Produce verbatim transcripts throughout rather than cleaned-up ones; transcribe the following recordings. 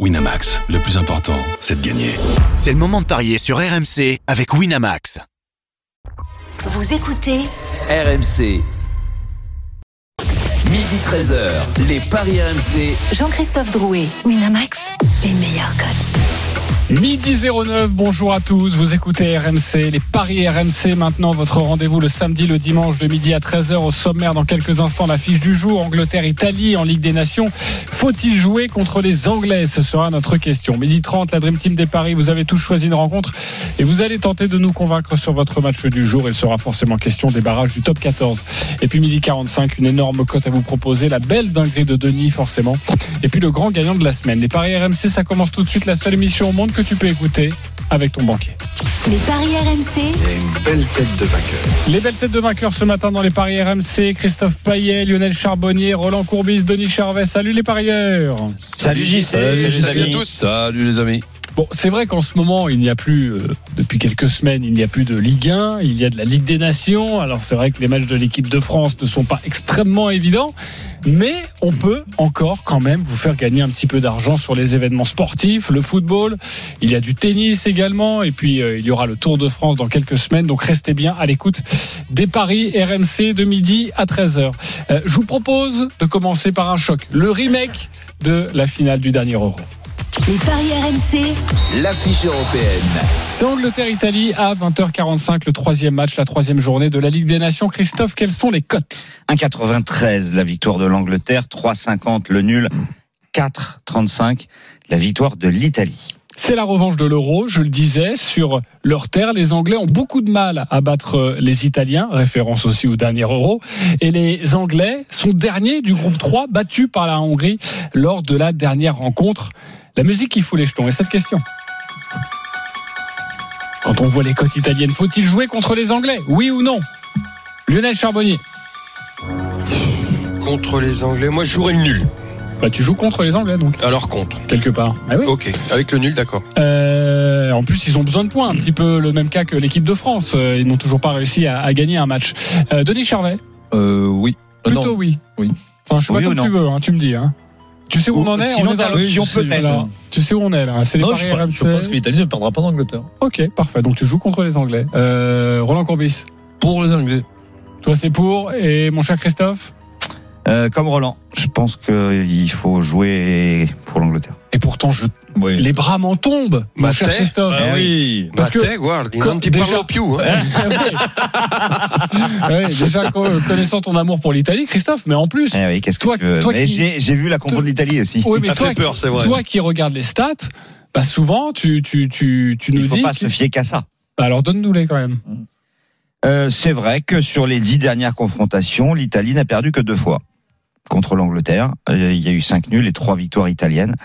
Winamax, le plus important, c'est de gagner. C'est le moment de parier sur R M C avec Winamax. Vous écoutez R M C. Midi treize heures, les paris R M C. Jean-Christophe Drouet, Winamax, les meilleurs codes. Midi zéro neuf, bonjour à tous, vous écoutez R M C, les paris R M C maintenant, votre rendez-vous le samedi, le dimanche de midi à treize heures au sommaire. Dans quelques instants, l'affiche du jour, Angleterre-Italie en Ligue des Nations. Faut-il jouer contre les Anglais? Ce sera notre question. Midi trente, la Dream Team des paris, vous avez tous choisi une rencontre et vous allez tenter de nous convaincre sur votre match du jour. Il sera forcément question des barrages du top quatorze. Et puis midi quarante-cinq, une énorme cote à vous proposer, la belle dinguerie de Denis forcément. Et puis le grand gagnant de la semaine. Les paris R M C, ça commence tout de suite, la seule émission au monde que tu peux écouter avec ton banquier. Les paris R M C. Il y a une belle tête de vainqueur. Les belles têtes de vainqueurs ce matin dans les paris R M C. Christophe Payet, Lionel Charbonnier, Roland Courbis, Denis Charvet. Salut les parieurs. Salut J C. Salut, Salut, salut à tous. Salut les amis. Bon, c'est vrai qu'en ce moment, il n'y a plus, euh, depuis quelques semaines, il n'y a plus de Ligue un, il y a de la Ligue des Nations. Alors c'est vrai que les matchs de l'équipe de France ne sont pas extrêmement évidents, mais on peut encore quand même vous faire gagner un petit peu d'argent sur les événements sportifs, le football, il y a du tennis également, et puis euh, il y aura le Tour de France dans quelques semaines, donc restez bien à l'écoute des paris R M C de midi à treize heures. Euh, je vous propose de commencer par un choc, le remake de la finale du dernier Euro. Les paris R M C. L'affiche européenne. C'est Angleterre-Italie à vingt heures quarante-cinq, le troisième match, la troisième journée de la Ligue des Nations. Christophe, quelles sont les cotes? un virgule quatre-vingt-treize la victoire de l'Angleterre, trois virgule cinquante le nul, quatre virgule trente-cinq la victoire de l'Italie. C'est la revanche de l'Euro, je le disais, sur leur terre. Les Anglais ont beaucoup de mal à battre les Italiens, référence aussi au dernier Euro. Et les Anglais sont derniers du groupe trois, battus par la Hongrie lors de la dernière rencontre. La musique qui fout les jetons. Et cette question, quand on voit les cotes italiennes, faut-il jouer contre les Anglais? Oui ou non? Lionel Charbonnier. Contre les Anglais, moi je jouerais le nul. Bah tu joues contre les Anglais donc. Alors contre. Quelque part. Ah oui. Ok, avec le nul, d'accord. Euh, en plus, ils ont besoin de points, un petit peu le même cas que l'équipe de France. Ils n'ont toujours pas réussi à, à gagner un match. Euh, Denis Charvet. Euh, oui. Plutôt non. oui. Oui. Enfin, je sais Oui pas ou comme tu veux, hein, tu me dis. Hein. Tu sais où Ou, on en est? sinon, on est t'as dans l'option oui, peut-être. Voilà. Tu sais où on est là? C'est les Non, paris je, R M C. je pense que l'Italie ne perdra pas d'Angleterre. Ok, parfait. Donc tu joues contre les Anglais. Euh, Roland Courbis. Pour les Anglais. Toi, c'est pour. Et mon cher Christophe? Euh, comme Roland, je pense qu'il faut jouer pour l'Angleterre. Et pourtant, je... Oui. les bras m'en tombent, mon Mattei. cher Christophe. Ah oui. Parce que- Mattei, guardi, Quand- non ti déjà- parlo più. Hein. Ouais, déjà, connaissant ton amour pour l'Italie, Christophe, mais en plus, Eh oui, qu'est-ce que Toi- tu veux toi Mais qui- j'ai, j'ai vu la compo toi- de l'Italie aussi. oui, mais Ça toi, fait peur, c'est vrai. toi qui regardes les stats, bah souvent, tu, tu, tu, tu Il nous ne faut dis. pas que- se fier qu'à ça. Bah alors donne-nous-les quand même. Euh, c'est vrai que sur les dix dernières confrontations, l'Italie n'a perdu que deux fois contre l'Angleterre. Euh, il y a eu cinq nuls et trois victoires italiennes.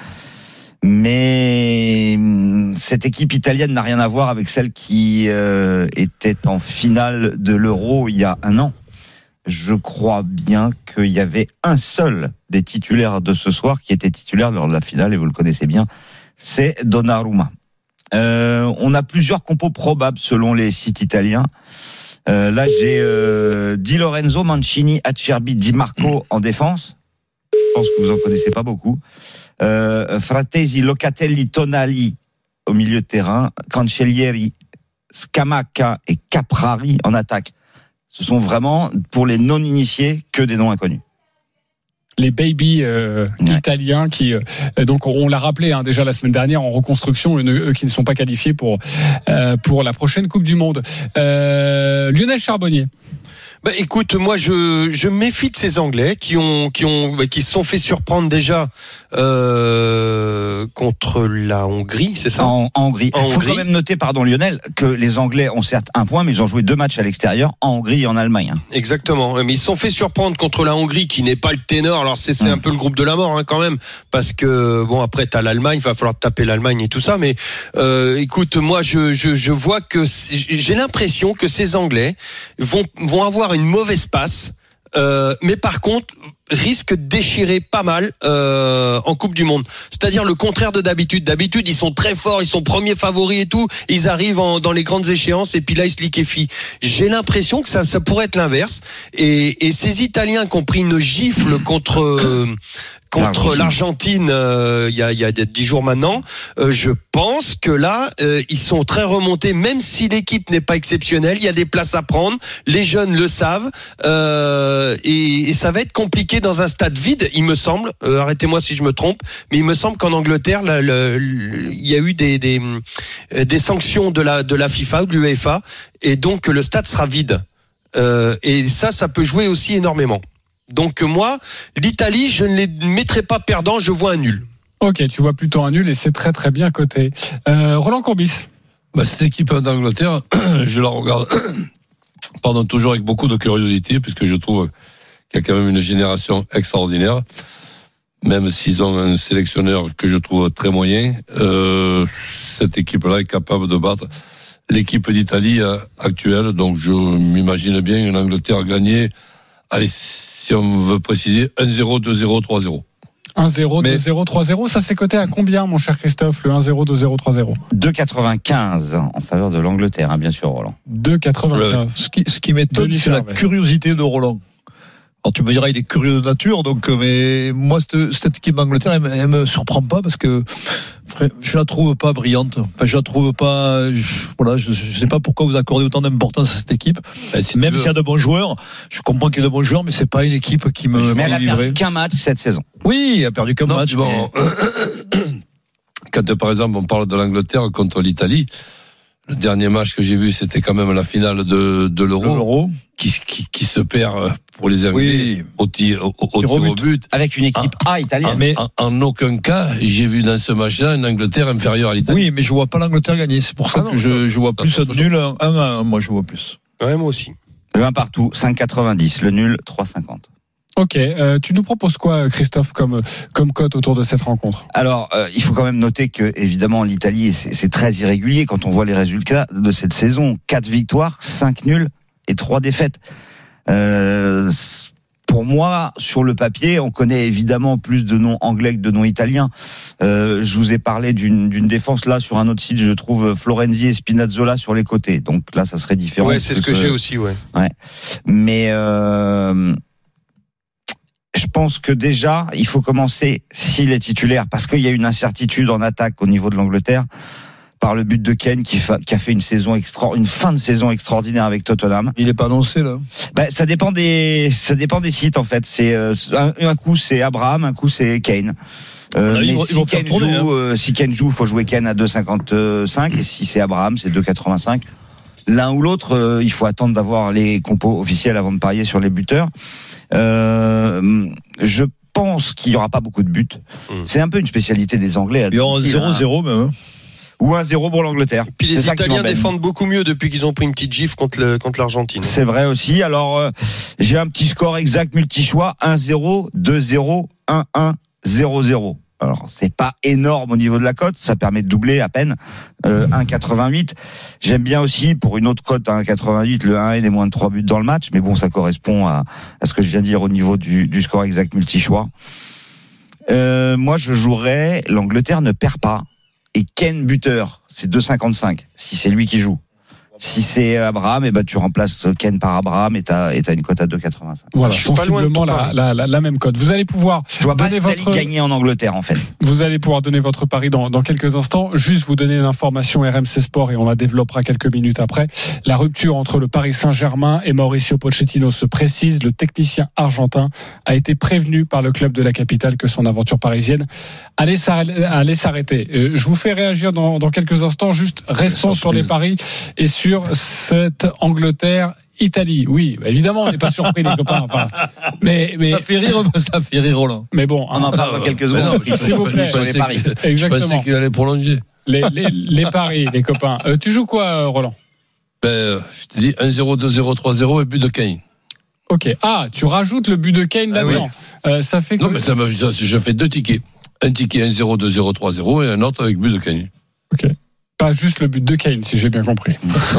Mais hum, cette équipe italienne n'a rien à voir avec celle qui euh, était en finale de l'Euro il y a un an. Je crois bien qu'il y avait un seul des titulaires de ce soir qui était titulaire lors de la finale, et vous le connaissez bien, c'est Donnarumma. Euh, on a plusieurs compos probables selon les sites italiens. Euh, là, j'ai euh, Di Lorenzo, Mancini, Acerbi, Di Marco en défense. Je pense que vous en connaissez pas beaucoup. Euh, Fratesi, Locatelli, Tonali au milieu de terrain, Cancellieri, Scamacca et Caprari en attaque. Ce sont vraiment, pour les non-initiés, que des noms inconnus. Les baby euh, Ouais. italiens qui euh, donc on l'a rappelé hein, déjà la semaine dernière en reconstruction, une, eux qui ne sont pas qualifiés pour euh, pour la prochaine Coupe du Monde. Euh, Lionel Charbonnier. Bah, écoute, moi je je me méfie de ces Anglais qui ont qui ont bah, qui se sont fait surprendre déjà euh, contre la Hongrie, c'est ça? En, en Hongrie. En Il faut Hongrie. quand même noter, pardon Lionel, que les Anglais ont certes un point, mais ils ont joué deux matchs à l'extérieur, en Hongrie et en Allemagne. hein. Exactement. Mais ils se sont fait surprendre contre la Hongrie, qui n'est pas le ténor. Alors c'est c'est Mm. un peu le groupe de la mort hein, quand même, parce que bon après t'as l'Allemagne, il va falloir taper l'Allemagne et tout ça. Mais euh, écoute, moi je je je vois que c'est- j'ai l'impression que ces Anglais vont vont avoir une mauvaise passe. Euh, mais par contre, risque de déchirer pas mal euh, en Coupe du Monde. C'est-à-dire le contraire de d'habitude. D'habitude, ils sont très forts, ils sont premiers favoris et tout. Et ils arrivent en, dans les grandes échéances et puis là, ils se liquéfient. J'ai l'impression que ça, ça pourrait être l'inverse. Et, et ces Italiens qui ont pris une gifle contre... Euh, contre l'Argentine euh, il y a il y a dix jours maintenant. Euh, je pense que là euh, ils sont très remontés, même si l'équipe n'est pas exceptionnelle. Il y a des places à prendre. Les jeunes le savent euh, et, et ça va être compliqué dans un stade vide, il me semble. Euh, arrêtez-moi si je me trompe, mais il me semble qu'en Angleterre, là, le, le, il y a eu des des des sanctions de la de la FIFA ou de l'UEFA et donc le stade sera vide. Euh, et ça, ça peut jouer aussi énormément. Donc moi, l'Italie, je ne les mettrai pas perdants, je vois un nul. Ok, tu vois plutôt un nul et c'est très très bien coté. Euh, Roland Courbis. Bah, cette équipe d'Angleterre, je la regarde pardon, toujours avec beaucoup de curiosité, puisque je trouve qu'il y a quand même une génération extraordinaire, même s'ils ont un sélectionneur que je trouve très moyen. Euh, cette équipe-là est capable de battre l'équipe d'Italie actuelle, donc je m'imagine bien une Angleterre gagnée. Allez, si on veut préciser, un zéro, deux zéro, trois zéro. un zéro, deux zéro, trois zéro, ça c'est coté à combien, mon cher Christophe, le un zéro, deux zéro, trois zéro? deux quatre-vingt-quinze en faveur de l'Angleterre, hein, bien sûr, Roland. deux quatre-vingt-quinze. Ce qui, ce qui m'étonne, c'est la curiosité de Roland. Alors tu me diras, il est curieux de nature, donc mais moi cette, cette équipe d'Angleterre, elle, elle me surprend pas parce que je la trouve pas brillante. Enfin, je la trouve pas. Je, voilà, je, je sais pas pourquoi vous accordez autant d'importance à cette équipe. Ben, si Même s'il y a de bons joueurs, je comprends qu'il y a de bons joueurs, mais c'est pas une équipe qui me. Mais elle a perdu qu'un match cette saison. Oui, elle a perdu qu'un non, match. Bon, mais... Quand par exemple on parle de l'Angleterre contre l'Italie. Le dernier match que j'ai vu, c'était quand même la finale de, de l'Euro, l'Euro. Qui, qui, qui se perd pour les Anglais oui. au tir au, au, au, au but. Avec une équipe en, A italienne. En, mais en, en aucun cas, j'ai vu dans ce match-là une Angleterre inférieure à l'Italie. Oui, mais je vois pas l'Angleterre gagner. C'est pour ah ça non, que je, je vois plus un nul, un à un. Moi, je vois plus. Ouais, moi aussi. Le un partout, cinq quatre-vingt-dix. Le nul, trois cinquante. Ok, euh, tu nous proposes quoi, Christophe, comme comme cote autour de cette rencontre? Alors, euh, il faut quand même noter que évidemment l'Italie, c'est, c'est très irrégulier quand on voit les résultats de cette saison. Quatre victoires, cinq nuls et trois défaites. Euh, pour moi, sur le papier, on connaît évidemment plus de noms anglais que de noms italiens. Euh, je vous ai parlé d'une, d'une défense là sur un autre site, je trouve Florenzi et Spinazzola sur les côtés. Donc là, ça serait différent. Ouais, c'est ce que, que j'ai aussi, ouais. Ouais, mais. Euh, Je pense que déjà, il faut commencer, s'il est titulaire, parce qu'il y a une incertitude en attaque au niveau de l'Angleterre, par le but de Kane qui, fa, qui a fait une saison extra, une fin de saison extraordinaire avec Tottenham. Il est pas annoncé là. Ben, ça dépend des, ça dépend des sites en fait. C'est euh, un, un coup c'est Abraham, un coup c'est Kane. Euh, là, mais ils, si, ils Kane tourner, joue, hein. euh, si Kane joue, faut jouer Kane à deux cinquante-cinq et si c'est Abraham, c'est deux quatre-vingt-cinq. L'un ou l'autre, euh, il faut attendre d'avoir les compos officiels avant de parier sur les buteurs. Euh, je pense qu'il y aura pas beaucoup de buts. Mmh. C'est un peu une spécialité des Anglais. Il y aura un zéro zéro même. Hein. Ou un zéro pour l'Angleterre. Puis les c'est Italiens défendent beaucoup mieux depuis qu'ils ont pris une petite gifle contre, le, contre l'Argentine. C'est vrai aussi. Alors, euh, j'ai un petit score exact multi-choix. un zéro, deux zéro, un un, zéro zéro. Alors, c'est pas énorme au niveau de la cote, ça permet de doubler à peine. Euh, un quatre-vingt-huit. J'aime bien aussi, pour une autre cote à un quatre-vingt-huit, le un N et moins de trois buts dans le match, mais bon, ça correspond à, à ce que je viens de dire au niveau du, du score exact multi-choix. Euh, moi, je jouerais, l'Angleterre ne perd pas. Et Kane buteur, c'est deux cinquante-cinq, si c'est lui qui joue. Si c'est Abraham, et ben tu remplaces Ken par Abraham et t'as et t'as une cote à deux quatre-vingt-cinq. Voilà, je suis sensiblement la, la, la, la même cote. Vous allez pouvoir je vois donner pas votre gagner en Angleterre en fait. Vous allez pouvoir donner votre pari dans, dans quelques instants. Juste vous donner une information R M C Sport et on la développera quelques minutes après. La rupture entre le Paris Saint-Germain et Mauricio Pochettino se précise. Le technicien argentin a été prévenu par le club de la capitale que son aventure parisienne allait s'arrêter. Allait s'arrêter. Je vous fais réagir dans, dans quelques instants. Juste restons sur les paris et sur cette Angleterre-Italie. Oui, évidemment, on n'est pas surpris, les copains. Enfin, mais, mais... Ça fait rire, ça fait rire, Roland. Mais bon, on en parle dans quelques secondes. S'il vous plaît, sur les paris. Exactement. Je pensais qu'il allait prolonger. Les, les, les paris, les copains. Euh, tu joues quoi, Roland? Ben, je te dis un zéro, deux zéro, trois zéro et but de Kane. Ok. Ah, tu rajoutes le but de Kane là-dedans. Ah oui. euh, ça fait que... Non, mais ça me, ça, je fais deux tickets. Un ticket un zéro, deux zéro, trois zéro et un autre avec but de Kane. Ok. Pas juste le but de Kane, si j'ai bien compris.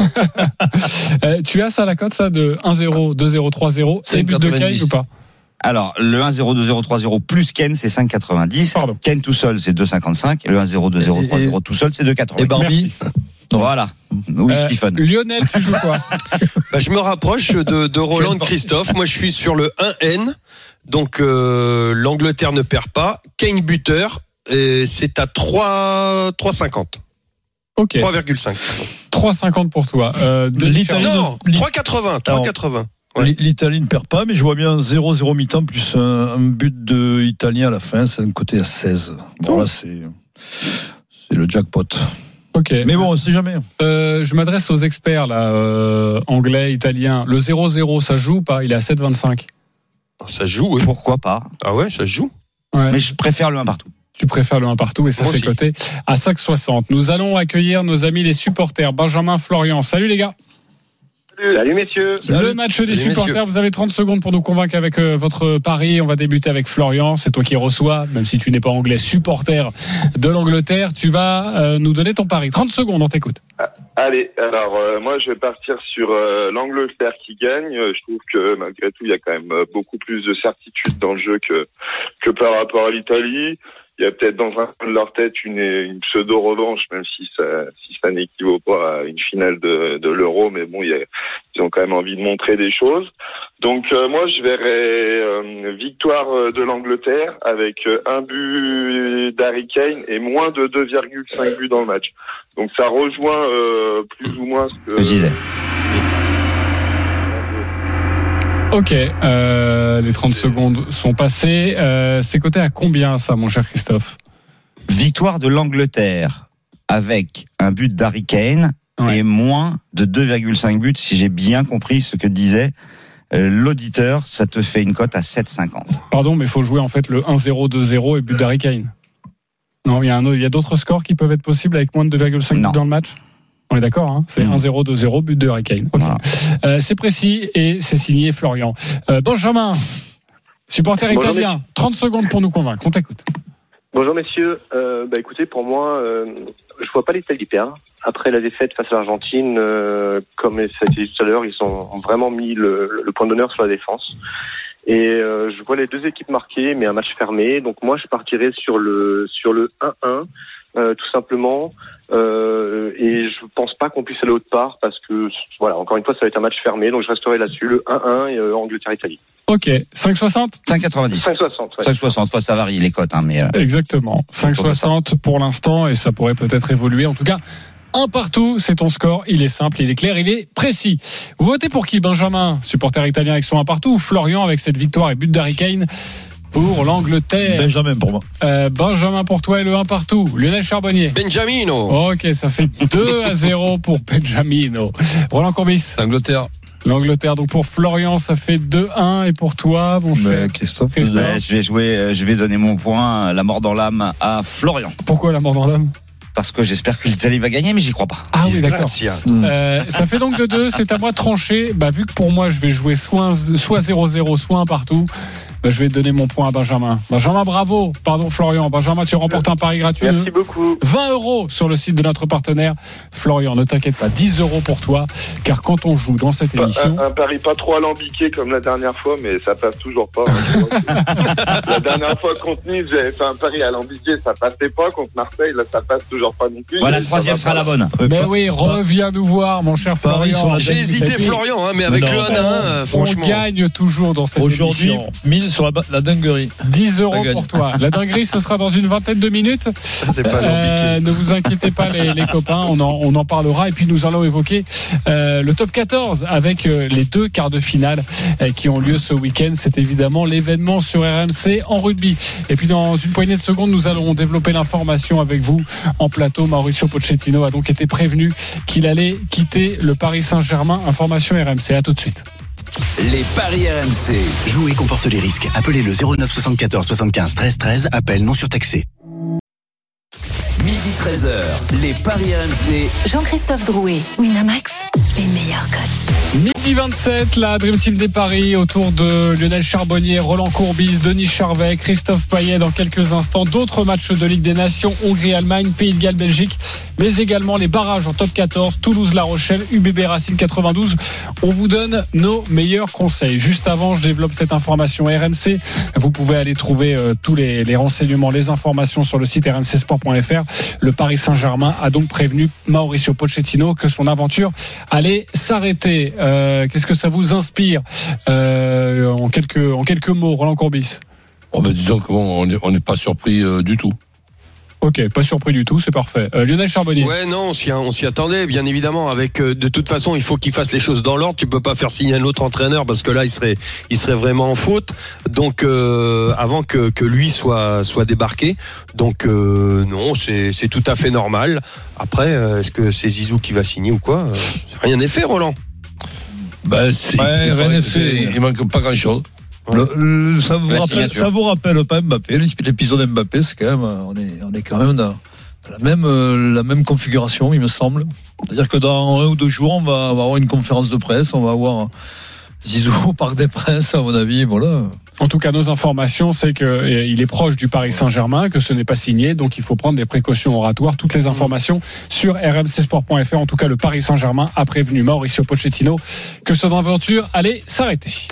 euh, tu as ça, la cote, ça, de un zéro, deux zéro, trois zéro, c'est but de Kane ou pas? Alors, le un zéro, deux zéro, trois zéro plus Kane, c'est cinq quatre-vingt-dix. Pardon. Kane tout seul, c'est deux cinquante-cinq. Et le un zéro, deux zéro, trois zéro tout seul, c'est deux quatre-vingts. Et Barbie? Voilà. Oui, euh, Stephen. Lionel, tu joues quoi? Bah, je me rapproche de, de Roland, de Christophe. Moi, je suis sur le un N. Donc euh, l'Angleterre ne perd pas. Kane buteur, et c'est à trois virgule cinquante. Ok. trois virgule cinq. trois virgule cinquante pour toi. Euh, de L'Italie Non, de- trois virgule quatre-vingts. trois virgule quatre-vingts. Ouais. L- L'Italie ne perd pas, mais je vois bien zéro zéro mi-temps plus un, un but de Italien à la fin, c'est un côté à seize. Bon, là, c'est, c'est le jackpot. Ok. Mais bon, on sait jamais. Euh, je m'adresse aux experts là, euh, anglais, italiens. Le zéro zéro, ça joue ou pas? Il est à sept virgule vingt-cinq. Ça se joue, oui. Pourquoi pas? Ah ouais, ça se joue. Ouais. Mais je préfère le un partout. Tu préfères le un partout et ça Moi c'est aussi. coté à cinq virgule soixante. Nous allons accueillir nos amis les supporters. Benjamin, Florian. Salut les gars. Salut messieurs. Salut. Le match des Salut, supporters, messieurs. vous avez trente secondes pour nous convaincre avec euh, votre pari. On va débuter avec Florian, c'est toi qui reçois, même si tu n'es pas anglais, supporter de l'Angleterre. Tu vas euh, nous donner ton pari. trente secondes, on t'écoute. Allez, alors euh, moi je vais partir sur euh, l'Angleterre qui gagne. Euh, Je trouve que malgré tout il y a quand même euh, beaucoup plus de certitude dans le jeu que que par rapport à l'Italie. Il y a peut-être dans un coin de leur tête une, une pseudo-revanche, même si ça, si ça n'équivaut pas à une finale de, de l'Euro, mais bon, il y a, ils ont quand même envie de montrer des choses. Donc euh, moi, je verrais euh, victoire de l'Angleterre avec euh, un but d'Harry Kane et moins de deux virgule cinq buts dans le match. Donc ça rejoint euh, plus ou moins ce que... Je disais. Ok, euh, les trente secondes sont passées. Euh, c'est coté à combien ça, mon cher Christophe? Victoire de l'Angleterre avec un but d'Harry Kane Ouais. et moins de deux virgule cinq buts, si j'ai bien compris ce que disait euh, l'auditeur, ça te fait une cote à sept virgule cinquante. Pardon, mais il faut jouer en fait le un zéro, deux zéro et but d'Harry Kane. Non, il y a un autre- il y a d'autres scores qui peuvent être possibles avec moins de deux virgule cinq buts Non. dans le match. On est d'accord, hein, c'est Mmh. un zéro, deux zéro, but de Harry Kane. Ok. Voilà. Euh, c'est précis et c'est signé Florian. Euh, Benjamin, supporter Bonjour, italien, trente secondes pour nous convaincre. On t'écoute. Bonjour messieurs, euh, bah écoutez, pour moi, euh, je vois pas l'Italie perdre. Après la défaite face à l'Argentine, euh, comme ça a été dit tout à l'heure, ils ont vraiment mis le, le point d'honneur sur la défense. Et euh, je vois les deux équipes marquées, mais un match fermé. Donc moi, je partirais sur le sur le un un, euh, tout simplement. Euh, et je pense pas qu'on puisse aller autre part parce que voilà, encore une fois, ça va être un match fermé. Donc je resterai là-dessus, le un un et euh, Angleterre-Italie. Ok, cinq virgule soixante cinq virgule quatre-vingt-dix. cinq virgule soixante. Ouais. cinq virgule soixante, fois ça varie les cotes, hein, mais euh, Exactement, cinq virgule soixante pour l'instant et ça pourrait peut-être évoluer. En tout cas, un partout, c'est ton score. Il est simple, il est clair, il est précis. Vous votez pour qui, Benjamin, supporter italien avec son un partout, ou Florian avec cette victoire et but d'Harry Kane pour l'Angleterre? Benjamin pour moi. Euh, Benjamin pour toi et le un partout. Lionel Charbonnier. Benjamino. Ok, ça fait deux à zéro pour Benjamino. Roland Courbis. Angleterre. L'Angleterre, donc pour Florian, ça fait deux un. Et pour toi, mon Mais cher Christophe, Christophe. ouais, je vais jouer, euh, je vais donner mon point, euh, la mort dans l'âme à Florian. Pourquoi la mort dans l'âme? Parce que j'espère que l'Italie va gagner, mais j'y crois pas. Ah oui, d'accord. Disgrazia. Euh, ça fait donc deux deux, c'est à moi de trancher. Bah, vu que pour moi, je vais jouer soit, soit zéro zéro, soit un partout, bah, je vais donner mon point à Benjamin. Benjamin, bravo. Pardon, Florian. Benjamin, tu remportes un pari gratuit Merci de beaucoup. vingt euros sur le site de notre partenaire. Florian, ne t'inquiète pas, dix euros pour toi, car quand on joue dans cette émission... Un, un pari pas trop alambiqué comme la dernière fois, mais ça passe toujours pas. La dernière fois contre Nice, j'avais fait un pari alambiqué, ça passait pas. Contre Marseille, là, ça passe toujours pas non plus. Voilà, la Ça troisième va sera pas. la bonne. euh, Ben pas- oui, reviens nous voir, mon cher Paris sur Florian. la J'ai Et hésité, puis, Florian, hein, mais avec Non, le un à un, euh, On franchement. gagne toujours dans cette Aujourd'hui, émission. mise sur la, ba- la dinguerie. dix euros Ça gagne. pour toi. La dinguerie, ce sera dans une vingtaine de minutes. Ça, c'est pas Euh, alambiqué. ne vous inquiétez pas les, les copains, on en, on en parlera et puis nous allons évoquer euh, le top quatorze avec euh, les deux quarts de finale euh, qui ont lieu ce week-end. C'est évidemment l'événement sur R M C en rugby. Et puis dans une poignée de secondes, nous allons développer l'information avec vous en plateau. Mauricio Pochettino a donc été prévenu qu'il allait quitter le Paris Saint-Germain. Information R M C, à tout de suite. Les paris R M C. Jouer comporte les risques. Appelez le zéro neuf soixante-quatorze soixante-quinze treize treize. Appel non surtaxé. Midi treize heures, les paris R M C. Jean-Christophe Drouet, Winamax, les meilleurs codes. Midi vingt-sept, la Dream Team des paris autour de Lionel Charbonnier, Roland Courbis, Denis Charvet, Christophe Payet dans quelques instants. D'autres matchs de Ligue des Nations, Hongrie-Allemagne, Pays de Galles, Belgique, mais également les barrages en top quatorze, Toulouse-La Rochelle, U B B Racing quatre-vingt-douze. On vous donne nos meilleurs conseils. Juste avant, je développe cette information R M C. Vous pouvez aller trouver euh, tous les, les renseignements, les informations sur le site r m c sport point f r. Le Paris Saint-Germain a donc prévenu Mauricio Pochettino que son aventure allait s'arrêter. Euh, qu'est-ce que ça vous inspire, euh, euh, en, quelques, en quelques mots, Roland Courbis. Oh, mais disons que bon, on n'est pas surpris euh, du tout. Ok, pas surpris du tout, c'est parfait. Euh, Lionel Charbonnier. Ouais, non, on s'y, on s'y attendait, bien évidemment. Avec, euh, de toute façon, il faut qu'il fasse les choses dans l'ordre. Tu peux pas faire signer un autre entraîneur parce que là, il serait, il serait vraiment en faute. Donc, euh, avant que, que lui soit, soit débarqué. Donc, euh, non, c'est, c'est tout à fait normal. Après, euh, est-ce que c'est Zizou qui va signer ou quoi? euh, Rien n'est fait, Roland. Ben, c'est, Ouais, rien n'est fait. Il manque pas grand-chose. Le, le, ça, vous La rappelle, signature. ça vous rappelle pas Mbappé? L'épisode Mbappé, c'est quand même, on est, on est quand même dans la même, euh, la même configuration, il me semble. C'est-à-dire que dans un ou deux jours, on va, on va avoir une conférence de presse, on va avoir Zizou au Parc des Princes, à mon avis, voilà. En tout cas, nos informations, c'est qu'il est proche du Paris Saint-Germain, que ce n'est pas signé, donc il faut prendre des précautions oratoires. Toutes les informations sur r m c sport point f r. En tout cas, le Paris Saint-Germain a prévenu Mauricio Pochettino que son aventure allait s'arrêter.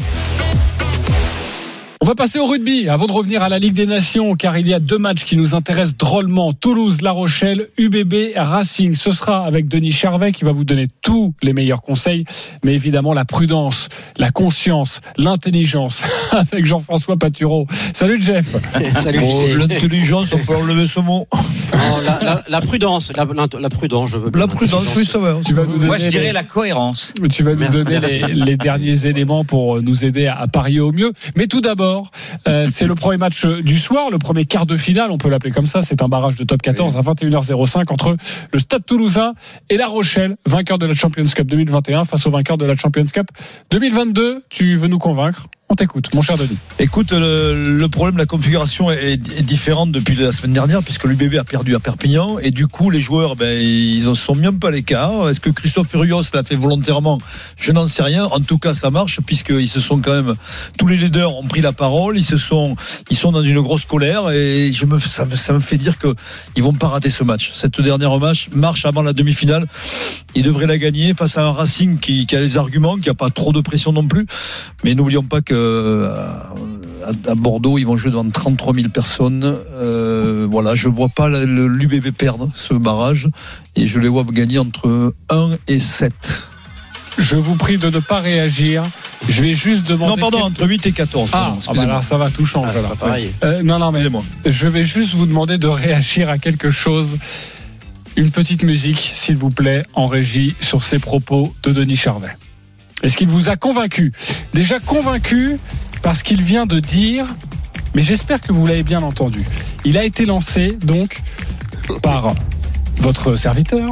On va passer au rugby avant de revenir à la Ligue des Nations, car il y a deux matchs qui nous intéressent drôlement. Toulouse, La Rochelle, U B B, Racing. Ce sera avec Denis Charvet qui va vous donner tous les meilleurs conseils, mais évidemment la prudence, la conscience, l'intelligence avec Jean-François Patureau. Salut Jeff. Salut Oh, J C. l'intelligence, on peut enlever ce mot. Non, la, la, la prudence, la, la, la prudence, je veux bien. La prudence, oui, ça va. Tu vas nous donner Moi, je dirais les... la cohérence. Tu vas nous Merci. donner les, les derniers éléments pour nous aider à, à parier au mieux. Mais tout d'abord, euh, c'est le premier match du soir, le premier quart de finale, on peut l'appeler comme ça. C'est un barrage de top quatorze oui. à vingt et une heures zéro cinq entre le Stade Toulousain et La Rochelle, vainqueur de la Champions Cup deux mille vingt et un face au vainqueur de la Champions Cup deux mille vingt-deux. Tu veux nous convaincre? On t'écoute, mon cher Denis. Écoute, le, le problème, la configuration est, est différente depuis la semaine dernière, puisque l'U B B a perdu à Perpignan, et du coup, les joueurs, ben, ils en sont mis un peu à l'écart. Est-ce que Christophe Furios l'a fait volontairement? Je n'en sais rien. En tout cas, ça marche, puisqu'ils se sont quand même, tous les leaders ont pris la parole, ils se sont, ils sont dans une grosse colère, et je me, ça, me, ça me fait dire que ils vont pas rater ce match. Cette dernière match marche avant la demi-finale. Ils devraient la gagner face à un Racing qui, qui a les arguments, qui a pas trop de pression non plus. Mais n'oublions pas que à Bordeaux, ils vont jouer devant trente-trois mille personnes. Euh, voilà, je vois pas l'U B B perdre ce barrage et je les vois gagner entre un et sept. Je vous prie de ne pas réagir. Je vais juste demander. Non, pardon, entre huit et quatorze. Ah, ah bah là, ça va, tout change. Ah, c'est pas pareil. Euh, non, non, mais je vais juste vous demander de réagir à quelque chose. Une petite musique, s'il vous plaît, en régie sur ces propos de Denis Charvet. Est-ce qu'il vous a convaincu? Déjà convaincu parce qu'il vient de dire, mais j'espère que vous l'avez bien entendu, il a été lancé donc par votre serviteur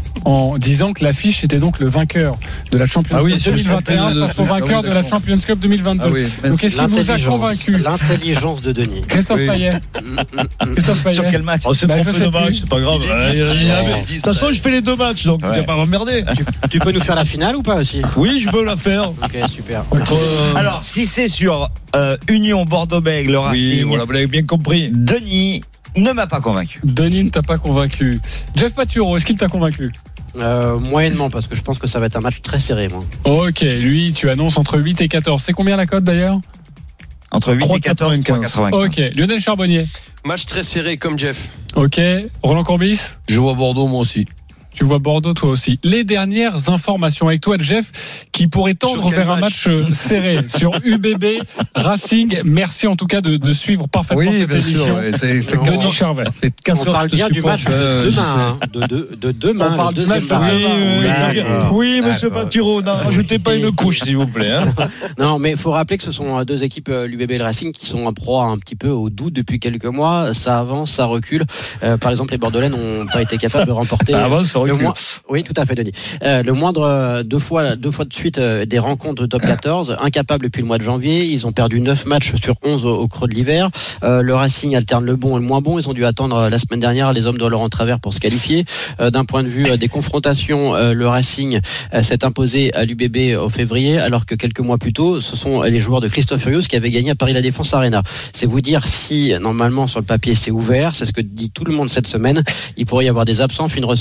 en disant que l'affiche était donc le vainqueur de la Champions ah oui, Cup deux mille vingt et un face au vainqueur ah oui, de la Champions Cup deux mille vingt-deux. Ah oui, donc est-ce qu'il vous a convaincu? L'intelligence de Denis. Christophe oui. Payet. Christophe Payet. Sur quel match? Oh, c'est bah, trompé de match, c'est pas grave. De toute façon, je fais les deux matchs, donc il n'y a pas à m'emmerder. Tu, tu peux nous faire la finale ou pas aussi? Oui, je peux la faire. Ok, super. Contre, euh... Alors, si c'est sur euh, Union Bordeaux-Bègles, le Racing, oui, voilà, vous l'avez bien compris. Denis ne m'a pas convaincu. Denis ne t'a pas convaincu. Jeff Patureau, est-ce qu'il t'a convaincu? Euh, moyennement, parce que je pense que ça va être un match très serré, moi. Ok, lui, tu annonces entre huit et quatorze. C'est combien la cote d'ailleurs? Entre huit et quatorze. Ok, Lionel Charbonnier. Match très serré comme Jeff. Ok, Roland Courbis. Je vois Bordeaux, moi aussi. Tu vois Bordeaux, toi aussi. Les dernières informations avec toi, Jeff, qui pourrait tendre vers match un match serré sur U B B Racing. Merci en tout cas de, de suivre parfaitement oui, cette émission. Sûr, ouais, c'est Denis Charvet. On parle bien du match de demain. Hein, de, de, de demain. On parle du match de demain. Oui, oui, monsieur Patureau, n'ajoutez pas une couche, s'il vous plaît. Hein. Non, mais il faut rappeler que ce sont deux équipes, l'U B B et le Racing, qui sont en proie un petit peu au doute depuis quelques mois. Ça avance, ça recule. Euh, par exemple, les Bordelais n'ont pas été capables de remporter. Ça avance, ça recule. Mo- oui, tout à fait, Denis. Euh, le moindre deux fois, deux fois de suite euh, des rencontres de top quatorze, incapables depuis le mois de janvier. Ils ont perdu neuf matchs sur onze au, au creux de l'hiver. Euh, le Racing alterne le bon et le moins bon. Ils ont dû attendre euh, la semaine dernière les hommes de Laurent Travers pour se qualifier. Euh, d'un point de vue euh, des confrontations, euh, le Racing euh, s'est imposé à l'U B B au février, alors que quelques mois plus tôt, ce sont les joueurs de Christophe Furios qui avaient gagné à Paris La Défense Arena. C'est vous dire si normalement sur le papier c'est ouvert. C'est ce que dit tout le monde cette semaine. Il pourrait y avoir des absents. Finn Russell euh, du côté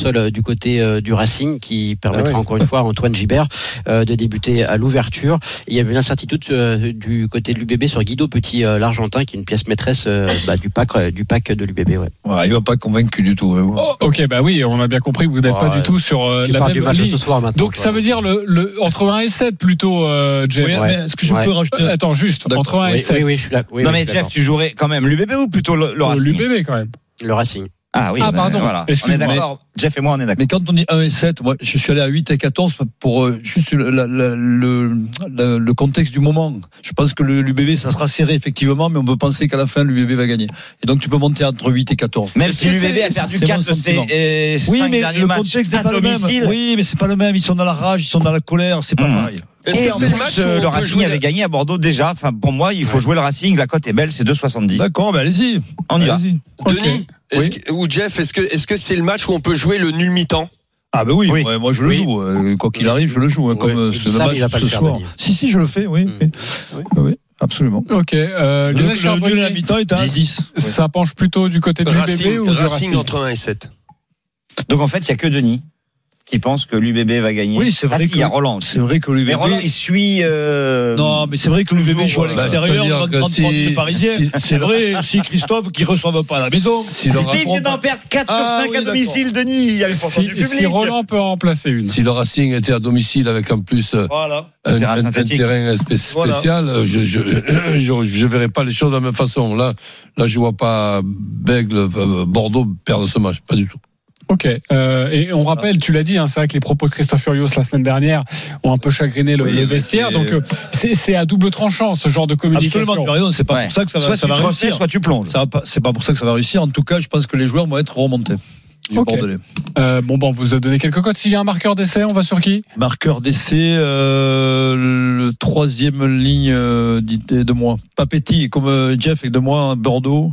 côté euh, du Racing qui permettra ah ouais. encore une fois à Antoine Gibert euh, de débuter à l'ouverture. Et il y avait une incertitude euh, du côté de l'U B B sur Guido Petit, euh, l'Argentin, qui est une pièce maîtresse euh, bah, du pack euh, du pack de l'U B B. Ouais. Ouais, il va pas convaincu du tout. Ouais. Oh, ok, bah oui, on a bien compris que vous n'êtes Oh, pas ouais. du tout sur euh, Tu la parles même du match de ligne. ce soir maintenant. Donc toi. ça veut dire le, le entre un et sept plutôt, euh, Jeff. Oui, Ouais. mais est-ce que je Ouais. peux rajouter Euh, Attends, juste D'accord. entre un et Oui, sept. oui, oui, je suis là. Oui, non oui, mais je suis Jeff, d'accord. tu jouerais quand même l'U B B ou plutôt le, le Euh, Racing? L'U B B quand même. Le Racing. Ah oui, Ah, ben, pardon. voilà. On est Excuse-moi. d'accord. Jeff et moi, on est d'accord. Mais quand on dit un et sept, moi, je suis allé à huit et quatorze pour euh, juste le, la- la- le, le, le contexte du moment. Je pense que le, l'U B B, ça sera serré effectivement, mais on peut penser qu'à la fin, l'U B B va gagner. Et donc, tu peux monter entre huit et quatorze. Même Est-ce si que l'U B B c'est- a perdu c'est quatre mon de ses sentiment. euh, Oui, cinq mais derniers le matchs contexte n'est à pas le même. domicile. Oui, mais c'est pas le même. Ils sont dans la rage, ils sont dans la colère, c'est pas Mmh. pareil. Est-ce Et que en c'est le plus, match où euh, on le peut Racing jouer avait gagné à Bordeaux déjà. Enfin, pour moi, il faut jouer le Racing. La cote est belle, c'est deux soixante-dix. D'accord, ben allez-y. On y va. Allez-y. Denis, est-ce Oui. que- ou Jeff, est-ce que est-ce que c'est le match où on peut jouer le nul mi-temps? Ah ben oui, Oui. ouais, moi je le Oui. joue. euh, Quoi qu'il arrive, je le joue. Hein, Oui. comme euh, Il c'est dit ça, le mais il va match pas ce le faire, soir. Denis. Si, si, je le fais, oui. Mmh. oui. Oui. Ah oui, absolument. Ok. Euh, Le, Lionel le nul Charbonnier, à la mi-temps est à dix. ça penche plutôt du côté du Racing, U B B ou du Racing Racing entre un et sept. Donc en fait, il n'y a que Denis qui pense que l'U B B va gagner. Oui, c'est vrai Ah si, que- il y a Roland aussi. C'est vrai que l'U B B. Mais Roland, il suit. euh, Non, mais c'est vrai que l'U B B joue à Bah, l'extérieur, c'est-à-dire dans que trente si- des Parisiens. si- C'est vrai aussi, Christophe, qui ne reçoivent pas à la maison. Si le, Mais il Racing, vient d'en perdre quatre sur Ah cinq oui, à domicile, Denis. Il y avait pourtant Si, du public. si Roland peut en remplacer une. si le Racing était à domicile avec en plus euh, Voilà. un, terrain un- un synthétique. terrain spé- Voilà. spécial, euh, je je, je je verrais pas les choses de la même façon. Là, là, je vois pas Bègle, euh, Bordeaux perdre ce match, pas du tout. Ok. Euh, et on rappelle, tu l'as dit, hein, c'est vrai que les propos de Christophe Furios la semaine dernière ont un peu chagriné le, Oui, le mais vestiaire. c'est- Donc euh, c'est, c'est à double tranchant ce genre de communication. Absolument, tu as raison. C'est pas Ouais. pour ça que ça va, Soit ça tu va te refais, réussir. soit tu plonges. Ça va pas, c'est pas pour ça que ça va réussir. En tout cas, je pense que les joueurs vont être remontés. Du Ok. Bordelais. Euh, bon, bon, on vous a donné quelques codes. S'il y a un marqueur d'essai, on va sur qui? Marqueur d'essai, euh, le troisième ligne euh, d'idée de moi. Papetti, comme euh, Jeff et de moi, Bordeaux.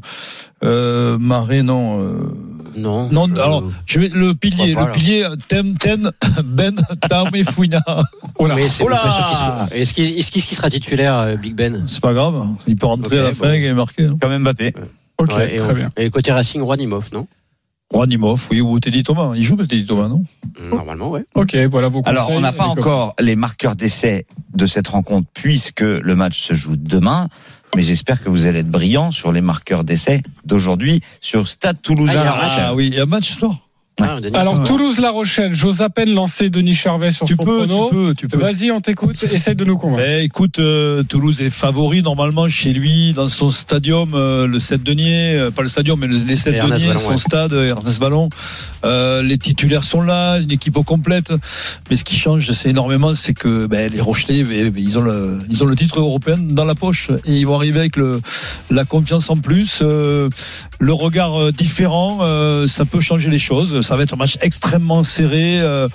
Euh, Marais, non. Euh, Non. non, je- alors, je vais, le pilier, Pourquoi pas, le pilier, Tem, Ten, Ben, Tam et Fouina. Oh là. Oui, c'est Oh là pas sûr qu'il soit- Est-ce qu'il, est-ce qu'il sera titulaire, euh, Big Ben? C'est pas grave. Il peut rentrer Ok, à la bon. fin et marquer. Hein. Quand même Mbappé. Ok, Ouais, et, très on- bien. et côté Racing, Rouanimov, non? Rouanimov, oui, ou Teddy Thomas. Il joue Teddy Thomas, non? Normalement, ouais. Ok, voilà vos conseils. Alors, on n'a pas les copains. encore les marqueurs d'essai de cette rencontre puisque le match se joue demain. Mais j'espère que vous allez être brillants sur les marqueurs d'essai d'aujourd'hui sur Stade Toulousain. Ah, il y a un La match. Rochelle. Ah oui, il y a un match ce soir. Ah, Denis. Alors, Ouais. Toulouse-La Rochelle, j'ose à peine lancer Denis Charvet sur Tu son peux, prono. tu peux, tu peux. Vas-y, on t'écoute. Essaye de nous convaincre. Eh, écoute, euh, Toulouse est favori normalement chez lui dans son stadium, euh, le sept Deniers, euh, pas le stadium, mais le- les sept Et Ernest Deniers, Vallon, son ouais. stade, euh, Ernest Vallon. Euh, les titulaires sont là, une équipe au complète. Mais ce qui change, c'est énormément, c'est que ben, les Rochelais, ben, ben, ils ont le, ils ont le titre européen dans la poche et ils vont arriver avec le, la confiance en plus, euh, le regard euh, différent. Euh, ça peut changer les choses. Ça va être un match extrêmement serré. Euh,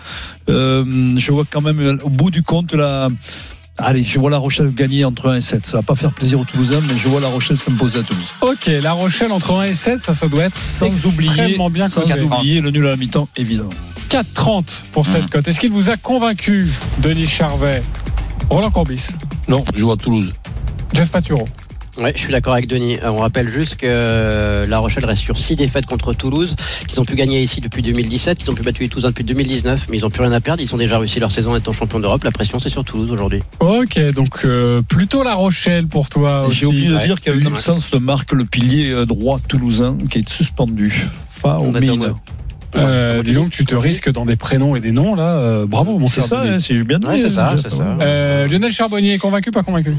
euh, je vois quand même euh, au bout du compte la. Allez, je vois La Rochelle gagner entre un et sept. Ça va pas faire plaisir aux Toulousains, mais je vois La Rochelle s'imposer à Toulouse. Ok, La Rochelle entre un et sept, ça, ça doit être Sans oublier, extrêmement bien sans coté. oublier le nul à la mi-temps, évidemment. quatre trente pour cette Mmh. cote. Est-ce qu'il vous a convaincu, Denis Charvet? Roland Courbis, Non, je vois Toulouse. Jeff Paturo. Ouais, je suis d'accord avec Denis. Euh, On rappelle juste que euh, La Rochelle reste sur six défaites contre Toulouse, qu'ils ont pu gagner ici depuis deux mille dix-sept, qu'ils ont pu battre les Toulousains depuis deux mille dix-neuf, mais ils n'ont plus rien à perdre. Ils ont déjà réussi leur saison en étant champions d'Europe. La pression, c'est sur Toulouse aujourd'hui. Ok, donc euh, plutôt La Rochelle pour toi aussi. J'ai oublié de ouais. dire qu'il y a une absence de Marc, le pilier euh, droit toulousain, qui est suspendu. Fa On au attend, mille. ouais. Euh, dis donc, tu te risques dans des prénoms et des noms là. Euh, bravo, mon C'est cher ça, Denis. hein, c'est bien dit. Ouais, c'est ça, Jeff. c'est ça. Euh, Lionel Charbonnier, convaincu, pas convaincu?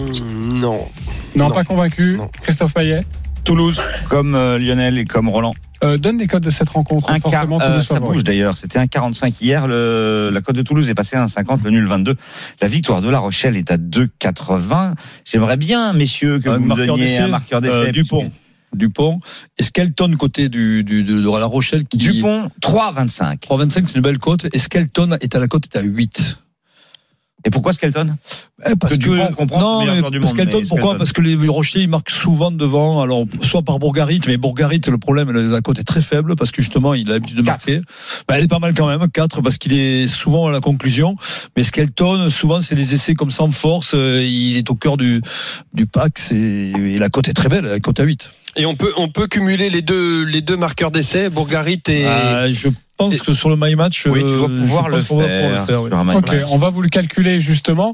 Non. Non, Non. pas convaincu. Non. Christophe Payet. Toulouse, comme euh, Lionel et comme Roland. Euh, donne les codes de cette rencontre. Un quart, Forcément, euh, Toulouse ça favori. bouge d'ailleurs. C'était un quarante-cinq hier. Le, la cote de Toulouse est passée à un cinquante, le nul vingt-deux. La victoire de La Rochelle est à deux quatre-vingts. J'aimerais bien, messieurs, que Un vous me marqueur donniez d'essai, un marqueur d'essai. euh, Dupont. Dupont. Et Skelton côté du, du, de, de La Rochelle qui. Dupont, trois vingt-cinq. trois vingt-cinq, c'est une belle cote. Et Skelton est à la cote, est à huit. Et pourquoi Skelton? Eh, parce Que que, Dupont, on comprend, c'est le non, meilleur mais joueur du monde, Skelton, mais pourquoi? Skelton. Parce que les Rochers, ils marquent souvent devant. Alors, soit par Bourgarit, mais Bourgarit, le problème, la cote est très faible parce que justement, il a l'habitude de Quatre. marquer. Ben, elle est pas mal quand même, quatre, parce qu'il est souvent à la conclusion. Mais Skelton, souvent, c'est des essais comme ça en force. euh, Il est au cœur du, du pack. C'est, et la cote est très belle, la cote à huit. Et on peut on peut cumuler les deux les deux marqueurs d'essai, Bourgarit et Euh, je pense que sur le my match, oui, tu vas pouvoir le faire. Le faire oui. Ok, on va vous le calculer justement.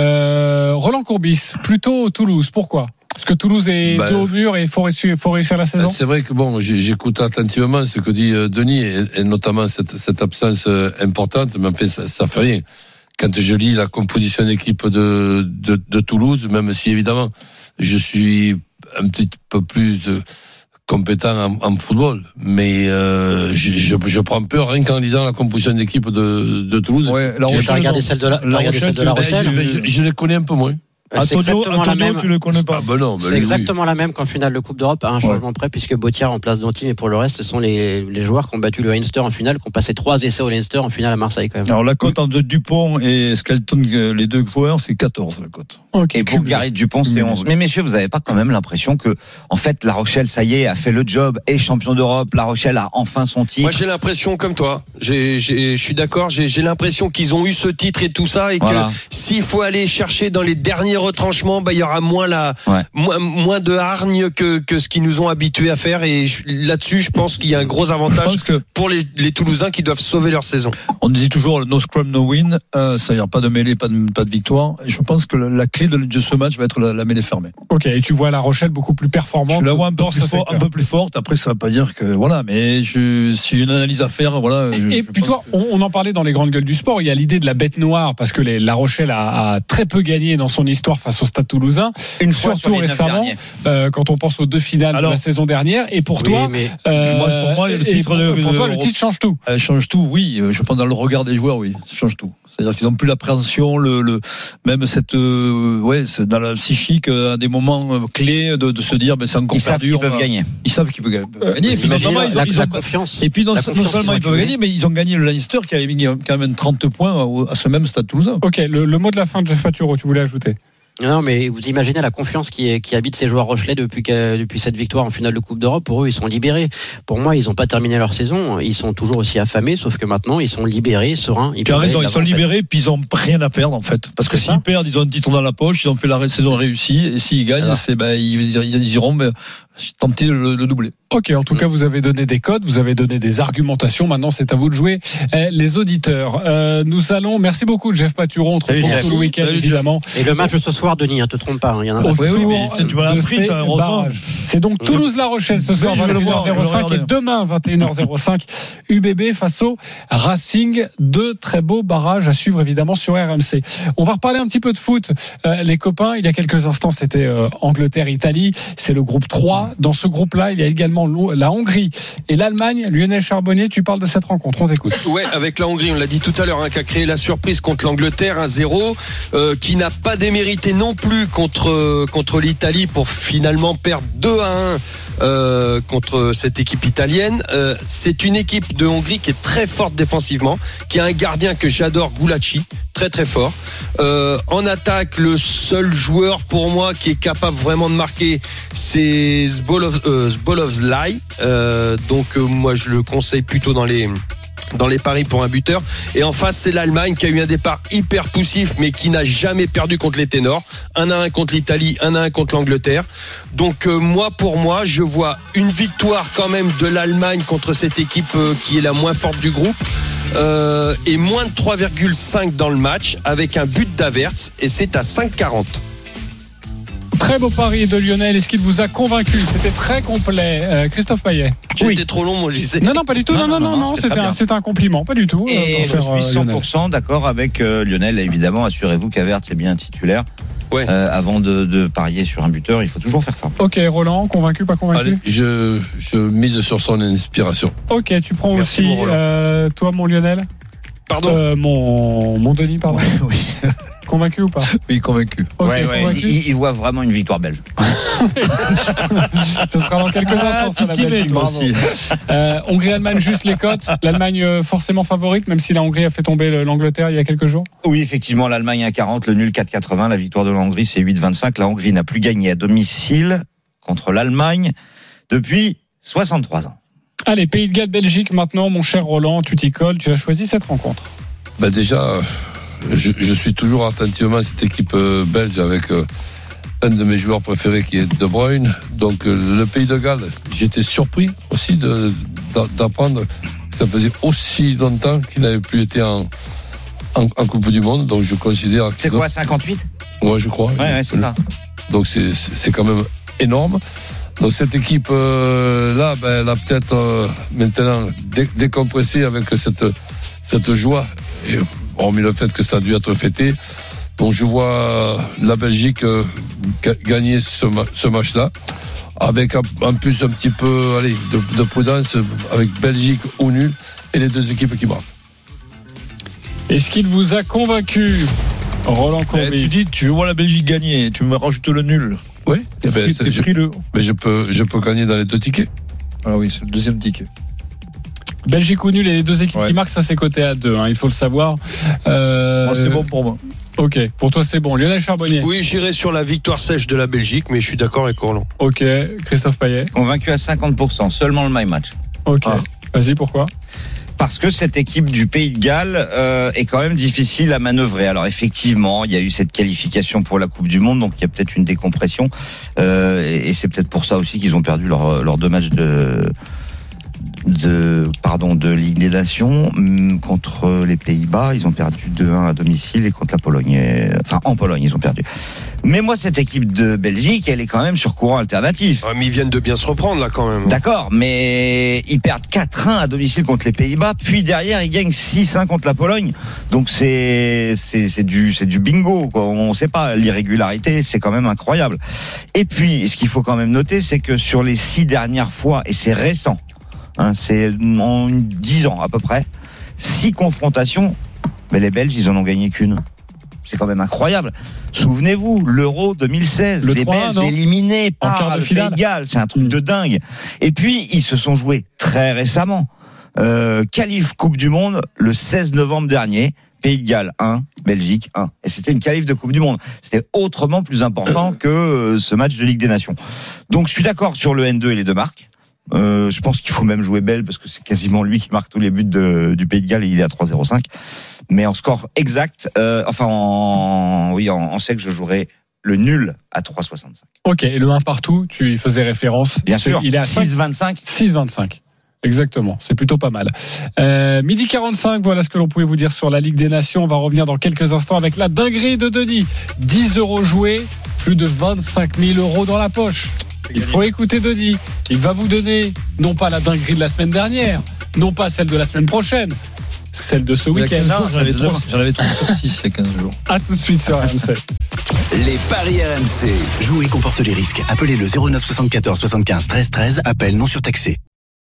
Euh, Roland Courbis, plutôt Toulouse. Pourquoi ? Parce que Toulouse est bah, dos au mur et il faut réussir, faut réussir la saison. C'est vrai que bon, j'écoute attentivement ce que dit Denis et, et notamment cette, cette absence importante, mais en fait ça, ça fait rien. Quand je lis la composition d'équipe de, de, de Toulouse, même si évidemment je suis un petit peu plus compétent en, en football, mais euh, je, je, je prends peur rien qu'en lisant la composition d'équipe de, de Toulouse. Ouais, la Rochelle, t'as regardé celle de la, la, regardé celle de la Rochelle je, je, je les connais un peu moins. C'est exactement la même. Tu le connais pas. Ah ben non, ben c'est lui, exactement oui. la même qu'en finale de Coupe d'Europe, à un changement ouais. près, puisque Bottier en place d'Anti, mais pour le reste, ce sont les, les joueurs qui ont battu le Leinster en finale, qui ont passé trois essais au Leinster en finale à Marseille quand même. Alors la cote entre Dupont et Skelton, les deux joueurs, c'est quatorze la cote. Okay, et pour Gary Dupont, c'est onze. Mais messieurs, vous n'avez pas quand même l'impression que, en fait, La Rochelle, ça y est, a fait le job, est champion d'Europe. La Rochelle a enfin son titre. Moi, j'ai l'impression comme toi. J'ai, j'ai, je suis d'accord. J'ai, j'ai l'impression qu'ils ont eu ce titre et tout ça, et voilà. que s'il faut aller chercher dans les derniers retranchements, bah il y aura moins la, ouais. moins, moins de hargne que que ce qu'ils nous ont habitués à faire. Et je, là-dessus, je pense qu'il y a un gros avantage que pour les, les Toulousains qui doivent sauver leur saison. On dit toujours no scrum no win. Euh, ça y a pas de mêlée, pas de pas de victoire. Et je pense que la, la clé de, de ce match va être la, la mêlée fermée. Ok, et tu vois La Rochelle beaucoup plus performante. Je la vois un peu, plus fort, un peu plus forte. Après, ça ne veut pas dire que voilà, mais je, si j'ai une analyse à faire, voilà. Et, je, et je puis toi, que... on, on en parlait dans les grandes gueules du sport. Il y a l'idée de la bête noire parce que les, La Rochelle a, a très peu gagné dans son histoire face au Stade Toulousain. Une fois surtout récemment, euh, quand on pense aux deux finales Alors, de la saison dernière. Et pour oui, toi, mais, euh, moi, pour moi, le titre, pour, de, pour toi, de, le titre change tout. Elle change tout, oui. Je pense dans le regard des joueurs, oui, ça change tout. C'est-à-dire qu'ils n'ont plus l'appréhension, le, le, même cette, euh, ouais, c'est dans la psychique, à des moments clés de, de se dire, ben c'est encore ils perdu. Savent qu'ils peuvent gagner. Ils savent qu'ils peuvent gagner. Euh, et puis, non seulement, la, ils ont, la, ils ont, la confiance. Et puis, non, non seulement ils peuvent gagner, mais ils ont gagné le Leinster qui avait mis quand même trente points à ce même Stade Toulousain. Ok, le, le mot de la fin de Jeff Paturo, tu voulais ajouter? Non, mais vous imaginez la confiance qui, est, qui habite ces joueurs rochelais depuis, que, depuis cette victoire en finale de Coupe d'Europe. Pour eux, ils sont libérés. Pour moi, ils n'ont pas terminé leur saison. Ils sont toujours aussi affamés, sauf que maintenant, ils sont libérés, sereins. Ils tu as raison, ils sont libérés, puis ils n'ont rien à perdre, en fait. Parce que s'ils perdent, ils ont un titre dans la poche, ils ont fait la saison réussie, et s'ils gagnent, alors, c'est, ben, ils, ils iront mais, tenter le, le doubler. Ok, en tout cas, vous avez donné des codes, vous avez donné des argumentations. Maintenant, c'est à vous de jouer, eh, les auditeurs. Euh, nous allons. Merci beaucoup, Jeff Paturo. On te retrouve tout le week-end, Salut, évidemment. Et le match de ce soir, Denis, hein, te trompe pas. Il y en a un. Oui, oui, mais tu m'as appris, heureusement. C'est donc Toulouse-La Rochelle ce soir, vingt et une heures zéro cinq, et demain, vingt et une heures zéro cinq, U B B face au Racing. Deux très beaux barrages à suivre, évidemment, sur R M C. On va reparler un petit peu de foot. Euh, les copains, il y a quelques instants, c'était euh, Angleterre-Italie. C'est le groupe trois. Dans ce groupe-là, il y a également la Hongrie et l'Allemagne. Lionel Charbonnier, tu parles de cette rencontre, on t'écoute. Ouais, avec la Hongrie, on l'a dit tout à l'heure, hein, qui a créé la surprise contre l'Angleterre, un zéro, euh, qui n'a pas démérité non plus contre, euh, contre l'Italie pour finalement perdre deux à un euh, contre cette équipe italienne. Euh, c'est une équipe de Hongrie qui est très forte défensivement, qui a un gardien que j'adore, Gulacsi, très très fort. Euh, en attaque, le seul joueur pour moi qui est capable vraiment de marquer, c'est Zbolov, euh, Zbolovzlai. Euh, donc euh, moi je le conseille plutôt dans les dans les paris pour un buteur. Et en face, c'est l'Allemagne qui a eu un départ hyper poussif, mais qui n'a jamais perdu contre les ténors. Un à un contre l'Italie, un à un contre l'Angleterre. Donc euh, moi, pour moi, je vois une victoire quand même de l'Allemagne contre cette équipe euh, qui est la moins forte du groupe. Euh, et moins de trois virgule cinq dans le match, avec un but d'Havertz, et c'est à cinq quarante. Très beau pari de Lionel. Est-ce qu'il vous a convaincu? C'était très complet. Euh, Christophe Payet. J'étais oui. trop long, moi, je disais. Non, non, pas du tout. Non, non, non, non, non c'était, un, c'était un compliment. Pas du tout. Et je suis cent pour cent d'accord avec euh, Lionel. Évidemment, assurez-vous qu'Havertz est bien titulaire. Ouais. Euh, avant de, de parier sur un buteur, il faut toujours faire ça. Ok, Roland, convaincu, pas convaincu? Allez, je, je mise sur son inspiration. Ok, tu prends Merci aussi, euh, toi, mon Lionel? Pardon euh, mon, mon Denis, pardon. Ouais, oui. Convaincu ou pas? Oui, convaincu. Okay, ouais, ouais, convaincu. Il, il voit vraiment une victoire belge. Ce sera dans quelques instants. Ah, la Belgique, aussi. Euh, Hongrie-Allemagne, juste les cotes. L'Allemagne forcément favorite, même si la Hongrie a fait tomber l'Angleterre il y a quelques jours. Oui, effectivement, l'Allemagne à quarante, le nul quatre quatre-vingts, la victoire de la Hongrie c'est huit vingt-cinq. La Hongrie n'a plus gagné à domicile contre l'Allemagne depuis soixante-trois ans. Allez, Pays de Galles, Belgique maintenant, mon cher Roland, tu t'y colles, tu as choisi cette rencontre. Bah déjà, je, je suis toujours attentivement à cette équipe belge avec un de mes joueurs préférés qui est De Bruyne. Donc le Pays de Galles, j'étais surpris aussi de, d'apprendre ça faisait aussi longtemps qu'il n'avait plus été en, en, en Coupe du Monde. Donc je considère. C'est quoi, cinquante-huit ? Ouais, je crois. Ouais, ouais, c'est ça. Donc c'est, c'est, c'est quand même énorme. Donc cette équipe euh, là, ben, elle a peut-être euh, maintenant dé- décompressé avec cette cette joie, et hormis le fait que ça a dû être fêté. Donc je vois la Belgique euh, ga- gagner ce, ma- ce match-là, avec en plus un petit peu, allez, de, de prudence, avec Belgique ou nul et les deux équipes qui marquent. Est-ce qu'il vous a convaincu, Roland Courbis? Tu dis, tu vois la Belgique gagner, tu me rajoutes le nul. Oui, t'es, ben, pris, t'es je, pris le. Mais je peux, je peux gagner dans les deux tickets. Ah oui, c'est le deuxième ticket. Belgique ou nul et les deux équipes ouais. qui marquent, ça c'est coté à deux, hein, il faut le savoir. Euh... Moi, c'est bon pour moi. Ok, pour toi c'est bon. Lionel Charbonnier. Oui, j'irai sur la victoire sèche de la Belgique, mais je suis d'accord avec Roland. Ok, Christophe Payet. Convaincu à cinquante pour cent, seulement le my match. Ok, ah. Vas-y, pourquoi ? Parce que cette équipe du Pays de Galles euh, est quand même difficile à manœuvrer. Alors effectivement, il y a eu cette qualification pour la Coupe du Monde, donc il y a peut-être une décompression. Euh, et, et c'est peut-être pour ça aussi qu'ils ont perdu leurs leur deux matchs de... de pardon de Ligue des Nations contre les Pays-Bas, ils ont perdu deux un à domicile, et contre la Pologne, et, enfin en Pologne ils ont perdu. Mais moi cette équipe de Belgique, elle est quand même sur courant alternatif. Ah, mais ils viennent de bien se reprendre là quand même. D'accord, mais ils perdent quatre un à domicile contre les Pays-Bas, puis derrière ils gagnent six un contre la Pologne. Donc c'est c'est c'est du c'est du bingo quoi. On sait pas, l'irrégularité, c'est quand même incroyable. Et puis ce qu'il faut quand même noter, c'est que sur les six dernières fois, et c'est récent, Hein, c'est en dix ans à peu près, six confrontations, mais les Belges ils en ont gagné qu'une. C'est quand même incroyable. Souvenez-vous, l'Euro deux mille seize, le les trois, Belges non éliminés par le Pays de Galles, c'est un truc mmh. de dingue. Et puis ils se sont joués très récemment. Euh, qualif Coupe du Monde le seize novembre dernier. Pays de Galles un, Belgique un. Et c'était une qualif de Coupe du Monde. C'était autrement plus important que ce match de Ligue des Nations. Donc je suis d'accord sur le N deux et les deux marques. Euh, je pense qu'il faut même jouer Bell parce que c'est quasiment lui qui marque tous les buts de, du Pays de Galles et il est à trois zéro cinq. Mais en score exact, euh, enfin en oui en, en sec, je jouerai le nul à trois soixante-cinq. Ok, et le un partout, tu y faisais référence. Bien c'est, sûr. Il est à six vingt-cinq. six vingt-cinq. Exactement, c'est plutôt pas mal. Euh, midi quarante-cinq, voilà ce que l'on pouvait vous dire sur la Ligue des Nations. On va revenir dans quelques instants avec la dinguerie de Denis. dix euros joués, plus de vingt-cinq mille euros dans la poche. Il faut écouter Denis. Il va vous donner, non pas la dinguerie de la semaine dernière, non pas celle de la semaine prochaine, celle de ce week-end. Non, j'en avais trois, j'en avais trois sur six il y a quinze jours. A tout de suite sur R M C. Les paris R M C. Jouer comporte les risques. Appelez le zéro neuf soixante-quatorze soixante-quinze treize treize. Appel non surtaxé.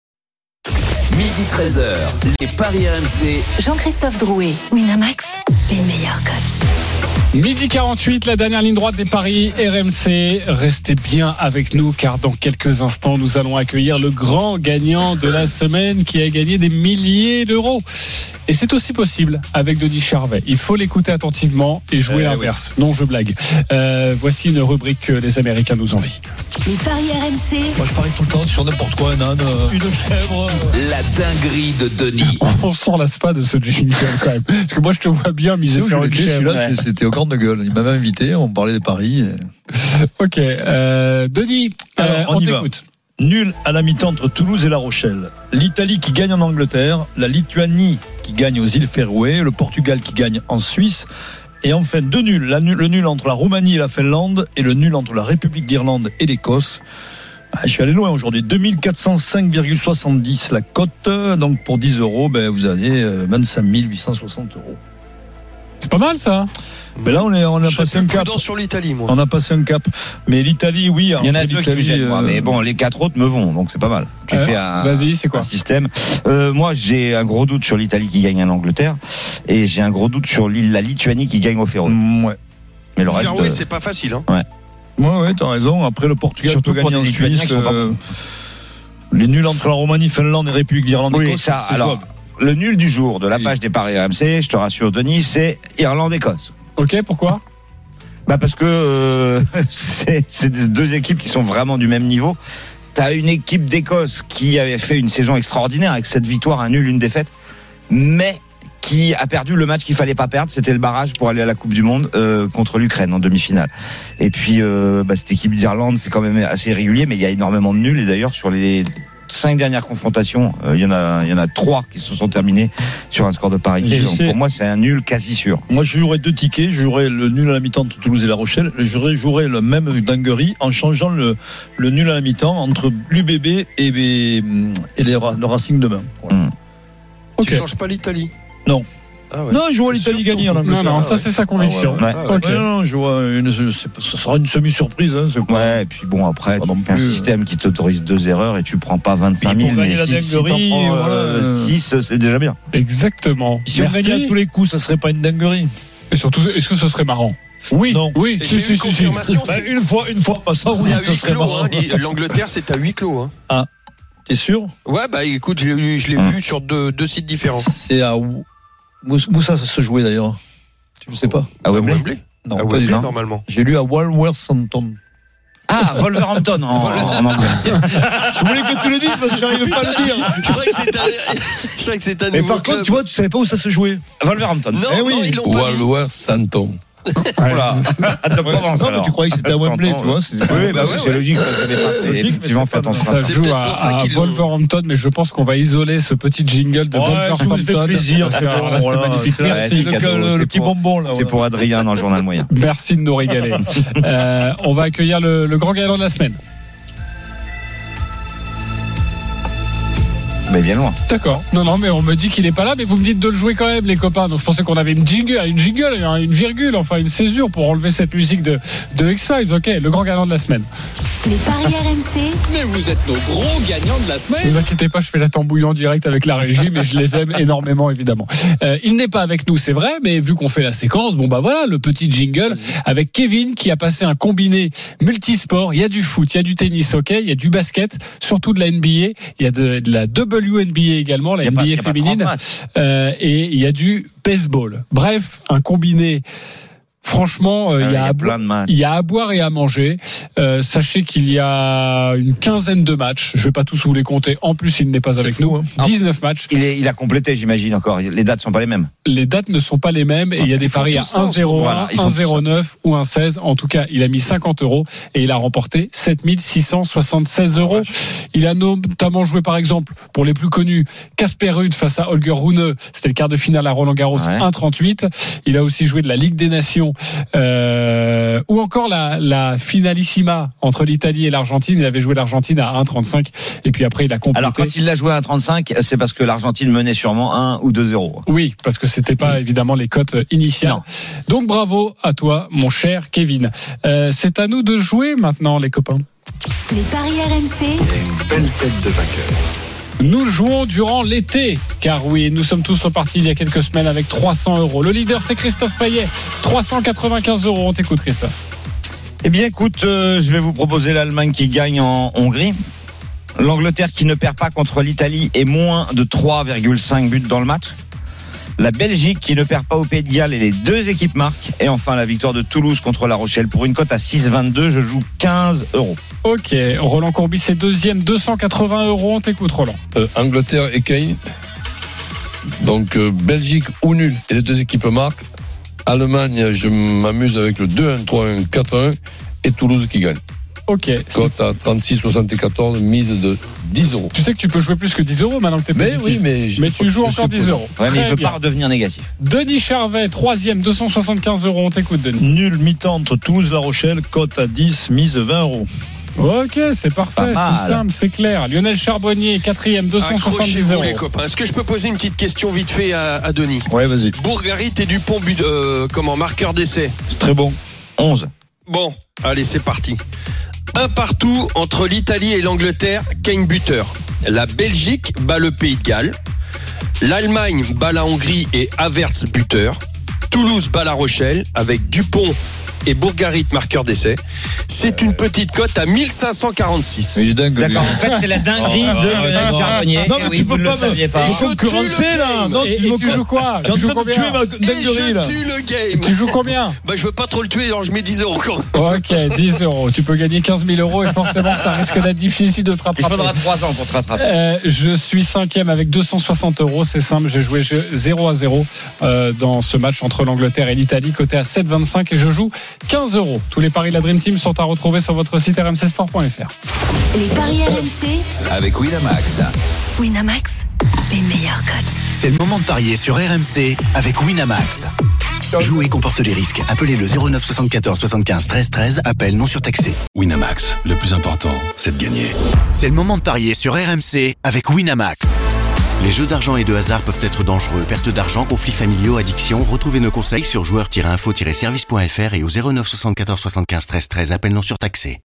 Midi treize heures, les paris R M C. Jean-Christophe Drouet, Winamax, les meilleurs codes. Midi quarante-huit, la dernière ligne droite des paris R M C. Restez bien avec nous car dans quelques instants, nous allons accueillir le grand gagnant de la semaine qui a gagné des milliers d'euros. Et c'est aussi possible avec Denis Charvet. Il faut l'écouter attentivement et jouer euh, l'inverse. Oui. Non, je blague. Euh, voici une rubrique que les Américains nous envient. Les paris R M C. Moi, je parie tout le temps sur n'importe quoi, un âne, une chèvre. La dinguerie de Denis. On s'en lasse pas de ce jingle quand même. Parce que moi, je te vois bien miser sur une chèvre. Celui-là, c'était au corne de gueule. Il m'avait invité, on parlait des paris. Et... Ok. Euh, Denis, Alors, euh, on, on y t'écoute. Va. Nul à la mi-temps entre Toulouse et La Rochelle. L'Italie qui gagne en Angleterre, la Lituanie qui gagne aux îles Féroé, le Portugal qui gagne en Suisse. Et enfin, deux nuls. La, le nul entre la Roumanie et la Finlande et le nul entre la République d'Irlande et l'Écosse. Ah, je suis allé loin aujourd'hui. deux mille quatre cent cinq virgule soixante-dix la cote. Donc pour dix euros, ben, vous avez vingt-cinq mille huit cent soixante euros. C'est pas mal ça. Mais là, on, est, on a je passé un cap. Sur l'Italie, moi. On a passé un cap. Mais l'Italie, oui. Il y en a deux qui me gênent, moi. Mais bon, les quatre autres me vont, donc c'est pas mal. Tu euh, fais un, vas-y, c'est quoi un système. Euh, moi, j'ai un gros doute sur l'Italie qui gagne en Angleterre, et j'ai un gros doute sur la Lituanie qui gagne au Féroé. Mmh, ouais. Mais le Féroé, euh... c'est pas facile, hein. Ouais. Ouais, ouais, t'as raison. Après, le Portugal surtout peut gagner en Suisse. Euh, les nuls entre la Roumanie, Finlande et République d'Irlande. Oui, Écosse, ça. C'est alors, jouable. Le nul du jour de la page oui. des paris R M C, je te rassure, Denis, c'est Irlande-Écosse. Ok, pourquoi ? Bah parce que euh, c'est, c'est deux équipes qui sont vraiment du même niveau. T'as une équipe d'Écosse qui avait fait une saison extraordinaire avec cette victoire, un nul, une défaite, mais qui a perdu le match qu'il fallait pas perdre, c'était le barrage pour aller à la Coupe du Monde euh, contre l'Ukraine en demi-finale. Et puis euh, bah, cette équipe d'Irlande, c'est quand même assez irrégulier, mais il y a énormément de nuls. Et d'ailleurs sur les cinq dernières confrontations, euh, il y en a, il y en a trois qui se sont terminées sur un score de parité. Je Donc sais. pour moi, c'est un nul quasi sûr. Moi, je jouerais deux tickets. Je jouerais le nul à la mi-temps entre Toulouse et La Rochelle. Je jouerais le même dinguerie en changeant le, le nul à la mi-temps entre l'U B B et, et, et les, le Racing demain. Voilà. Mm. Tu Ok. changes pas l'Italie? Non. Ah ouais. Non, je vois l'Italie Surtout- gagner en Angleterre. Non, non, Ah ça ouais. c'est sa conviction. Ah ouais, ouais. Ok. Ouais, non, non, je vois une, c'est- ce sera une semi-surprise. Hein, c'est pas- Ouais, et puis bon, après, Pas non tu fais un plus, système qui t'autorise deux erreurs et tu prends pas vingt-cinq Puis mille. pour gagner Mais la si, si t'en dinguerie, prends voilà. euh, six, c'est déjà bien. Exactement. Si on gagnait à tous les coups, ça serait pas une dinguerie. Et surtout, est-ce que ce serait marrant? Oui, Non. oui, Et si, j'ai si, eu si, si. confirmation, Bah, c'est- une fois, une fois, pas ça. C'est oui, à ça huis serait clos, marrant. hein. L'Angleterre, c'est à huis clos. Hein. T'es sûr? Ouais, bah écoute, je l'ai, je l'ai Hum. vu sur deux, deux sites différents. C'est à où où ça, ça se jouait d'ailleurs? Tu le sais pas? Ah ouais, Wembley Non, À pas du Wembley, tout. normalement. J'ai lu à Wolverhampton. Ah, Wolverhampton en, en anglais. Je voulais que tu le dises parce que j'arrivais pas à le dire. Je croyais que c'était un, je croyais que c'était un Mais nouveau par contre, club. tu vois, tu savais pas où ça se jouait. Wolverhampton. Non, Eh oui. non, ils l'ont pas mis. Wolverhampton. Voilà. À de Provence, Non, mais alors. tu croyais que c'était à Wembley, tu vois. c'est- Oui, bah Bah oui, ouais, c'est ouais. logique. parce que j'avais pas fait. Logique, mais Effectivement, c'est fais pas attention. Ça C'est se joue peut-être à, pour ça à qu'ils l'ont- Wolverhampton, mais je pense qu'on va isoler ce petit jingle de Ouais, je vous Wolverhampton. fais plaisir, Parce c'est que, alors bon, là, c'est voilà. magnifique. C'est- Merci. le, cadeau, le- c'est le petit pour- bonbon, là. C'est voilà. pour Adrien dans le journal moyen. Merci de nous régaler. Euh, on va accueillir le, le grand gagnant de la semaine. Mais bien loin. D'accord. Non, non, mais on me dit qu'il est pas là, mais vous me dites de le jouer quand même, les copains. Donc je pensais qu'on avait une jingle, une jingle, une virgule, enfin une césure pour enlever cette musique de, de X-Files. Ok, le grand gagnant de la semaine. Les paris R M C, Mais vous êtes nos gros gagnants de la Ne semaine. vous inquiétez pas, je fais la tambouille en direct avec la régie, mais je les aime énormément, évidemment. Euh, il n'est pas avec nous, c'est vrai, mais vu qu'on fait la séquence, bon bah voilà, le petit jingle avec Kevin qui a passé un combiné multisport. Il y a du foot, il y a du tennis, ok, il y a du basket, surtout de la N B A, il y a de, de la W N B A également, la Il y a N B A pas- il y a pas féminine, trente matchs. euh, et il y a du baseball. Bref, un combiné. Franchement, euh, Ah, il y a à bo- plein de matchs. il y a à boire et à manger. Euh, sachez qu'il y a une quinzaine de matchs. Je vais pas tous vous les compter. En plus, il n'est pas avec fou, nous. hein. dix-neuf matchs. Il, est, il a complété, j'imagine, encore. Les dates sont pas les mêmes. Les dates ne sont pas les mêmes et il y a des Ils font paris à tout ça en un ce moment. zéro un, Voilà, ils font un tout ça. zéro neuf ou un seize. En tout cas, il a mis cinquante euros et il a remporté sept mille six cent soixante-seize euros. Il a notamment joué, par exemple, pour les plus connus, Casper Ruud face à Holger Rune. C'était le quart de finale à Roland-Garros, Ouais. un trente-huit. Il a aussi joué de la Ligue des Nations, euh, ou encore la, la finalissima entre l'Italie et l'Argentine. Il avait joué l'Argentine à un trente-cinq. Et puis après, il a complété. Alors, quand il l'a joué à trente-cinq, c'est parce que l'Argentine menait sûrement un ou deux zéro. Oui, parce que c'était pas évidemment les cotes initiales. Non. Donc bravo à toi, mon cher Kevin. Euh, c'est à nous de jouer maintenant, les copains. les paris R M C, Une belle tête de vainqueur. Nous jouons durant l'été, car oui, nous sommes tous repartis il y a quelques semaines avec trois cents euros. Le leader, c'est Christophe Payet, trois cent quatre-vingt-quinze euros. On t'écoute, Christophe. Eh bien, écoute, euh, je vais vous proposer l'Allemagne qui gagne en Hongrie. L'Angleterre qui ne perd pas contre l'Italie et moins de trois virgule cinq buts dans le match. La Belgique qui ne perd pas au Pays de Galles et les deux équipes marquent. Et enfin, la victoire de Toulouse contre La Rochelle. Pour une cote à six virgule vingt-deux, je joue quinze euros. Ok, Roland Courbis est deuxième, deux cent quatre-vingts euros. On t'écoute, Roland. Euh, Angleterre et Kane. Donc euh, Belgique ou nul et les deux équipes marquent. Allemagne, je m'amuse avec le deux un, trois un, quatre un et Toulouse qui gagne. Ok. Cote à trente-six virgule soixante-quatorze, mise de dix euros. Tu sais que tu peux jouer plus que dix euros maintenant que t'es Mais positif. oui, mais, Mais tu joues je encore suis dix euros. Ouais, mais Très il ne peut bien. pas redevenir négatif. Denis Charvet, troisième, deux cent soixante-quinze euros. On t'écoute, Denis. Nul mi-temps entre Toulouse et La Rochelle, cote à dix, mise vingt euros. Ok, c'est parfait, Pas mal. c'est simple, c'est clair. Lionel Charbonnier, quatrième, deux cent soixante-dix Accrochez-vous, euros. les copains. Est-ce que je peux poser une petite question vite fait à, à Denis? Ouais, vas-y. Bourgarit et Dupont, but, euh, comment, marqueur d'essai. C'est très bon. onze. Bon, allez, c'est parti. Un partout entre l'Italie et l'Angleterre, Kane buteur. La Belgique bat le Pays de Galles. L'Allemagne bat la Hongrie et Havertz buteur. Toulouse bat la Rochelle avec Dupont et Bourgarit marqueur d'essai. C'est une petite cote à mille cinq cent quarante-six. Il est dingue. D'accord, en fait, c'est la dinguerie Oh, de oh, Lionel oh, Charbonnier. non, mais Eh oui, tu vous peux ne le pas me- saviez pas. Il Je faut concurrencer, tue le là. game. Non, Et, tu et me tu joues quoi Tu es en Tu joues train de tuer combien ma Et dinguerie, là. je tue le game. Tu joues combien Bah, je veux pas trop le tuer, alors je mets dix euros quand même. Ok, dix euros. Tu peux gagner quinze mille euros et forcément, ça risque d'être difficile de te Il rattraper. faudra trois ans pour te rattraper. Euh, je suis cinquième avec deux cent soixante euros. C'est simple, j'ai joué zéro à zéro euh, dans ce match entre l'Angleterre et l'Italie, coté à sept virgule vingt-cinq et je joue quinze euros. Tous les paris de la Dream Team sont sont à retrouver sur votre site r m c sport point f r. Les paris R M C. Avec Winamax. Winamax, les meilleurs cotes. C'est le moment de parier sur R M C avec Winamax. Jouer comporte les risques. Appelez le zéro neuf soixante-quatorze soixante-quinze treize treize. Appel non surtaxé. Winamax, le plus important, c'est de gagner. C'est le moment de parier sur R M C avec Winamax. Les jeux d'argent et de hasard peuvent être dangereux. Perte d'argent, conflits familiaux, addiction. Retrouvez nos conseils sur joueurs tiret info tiret service point f r et au zéro neuf soixante-quatorze soixante-quinze treize treize. Appel non surtaxé.